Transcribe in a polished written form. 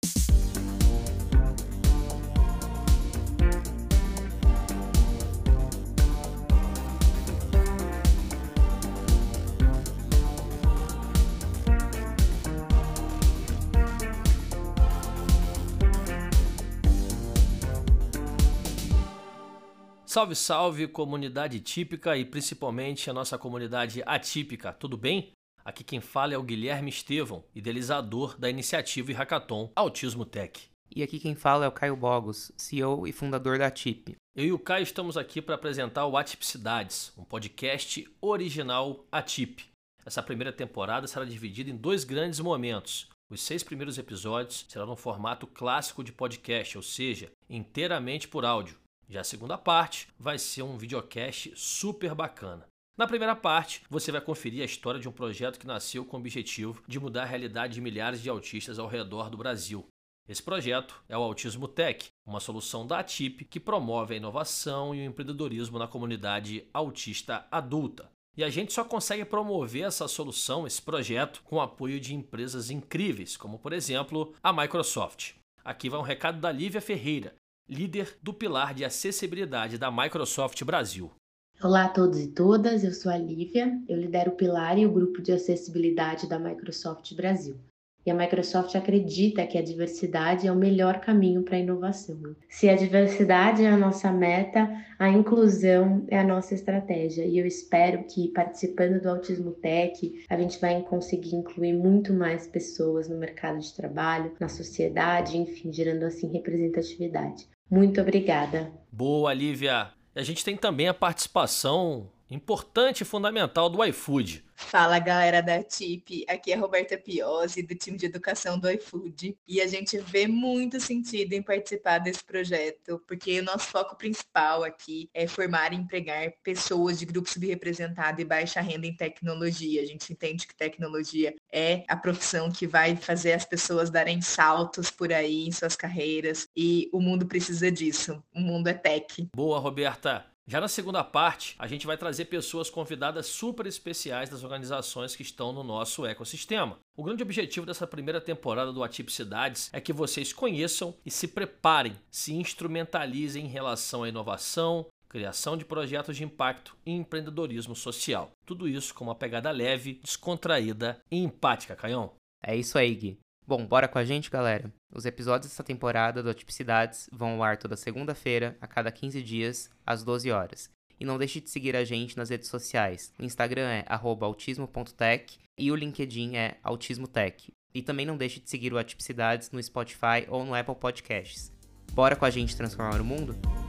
Salve, salve, comunidade típica e principalmente a nossa comunidade atípica, tudo bem? Aqui quem fala é o Guilherme Estevão, idealizador da iniciativa e hackathon Autismo Tech. E aqui quem fala é o Caio Bogos, CEO e fundador da ATIP. Eu e o Caio estamos aqui para apresentar o Atipicidades, um podcast original ATIP. Essa primeira temporada será dividida em 2 grandes momentos. Os 6 primeiros episódios serão no formato clássico de podcast, ou seja, inteiramente por áudio. Já a segunda parte vai ser um videocast super bacana. Na primeira parte, você vai conferir a história de um projeto que nasceu com o objetivo de mudar a realidade de milhares de autistas ao redor do Brasil. Esse projeto é o Autismo Tech, uma solução da ATIP que promove a inovação e o empreendedorismo na comunidade autista adulta. E a gente só consegue promover essa solução, esse projeto, com o apoio de empresas incríveis, como por exemplo a Microsoft. Aqui vai um recado da Lívia Ferreira, líder do pilar de acessibilidade da Microsoft Brasil. Olá a todos e todas, eu sou a Lívia, eu lidero o pilar e o grupo de acessibilidade da Microsoft Brasil. E a Microsoft acredita que a diversidade é o melhor caminho para a inovação. Se a diversidade é a nossa meta, a inclusão é a nossa estratégia. E eu espero que participando do Autismo Tech, a gente vai conseguir incluir muito mais pessoas no mercado de trabalho, na sociedade, enfim, gerando assim representatividade. Muito obrigada. Boa, Lívia! E a gente tem também a participação importante e fundamental do iFood. Fala, galera da ATIP, aqui é a Roberta Piozzi, do time de educação do iFood, e a gente vê muito sentido em participar desse projeto, porque o nosso foco principal aqui é formar e empregar pessoas de grupo subrepresentado e baixa renda em tecnologia. A gente entende que tecnologia é a profissão que vai fazer as pessoas darem saltos por aí em suas carreiras, e o mundo precisa disso, o mundo é tech. Boa, Roberta! Já na segunda parte, a gente vai trazer pessoas convidadas super especiais das organizações que estão no nosso ecossistema. O grande objetivo dessa primeira temporada do Atipicidades é que vocês conheçam e se preparem, se instrumentalizem em relação à inovação, criação de projetos de impacto e empreendedorismo social. Tudo isso com uma pegada leve, descontraída e empática, Caião. É isso aí, Gui. Bom, bora com a gente, galera? Os episódios dessa temporada do Atipicidades vão ao ar toda segunda-feira, a cada 15 dias, às 12 horas. E não deixe de seguir a gente nas redes sociais. O Instagram é @autismo.tech e o LinkedIn é autismotech. E também não deixe de seguir o Atipicidades no Spotify ou no Apple Podcasts. Bora com a gente transformar o mundo?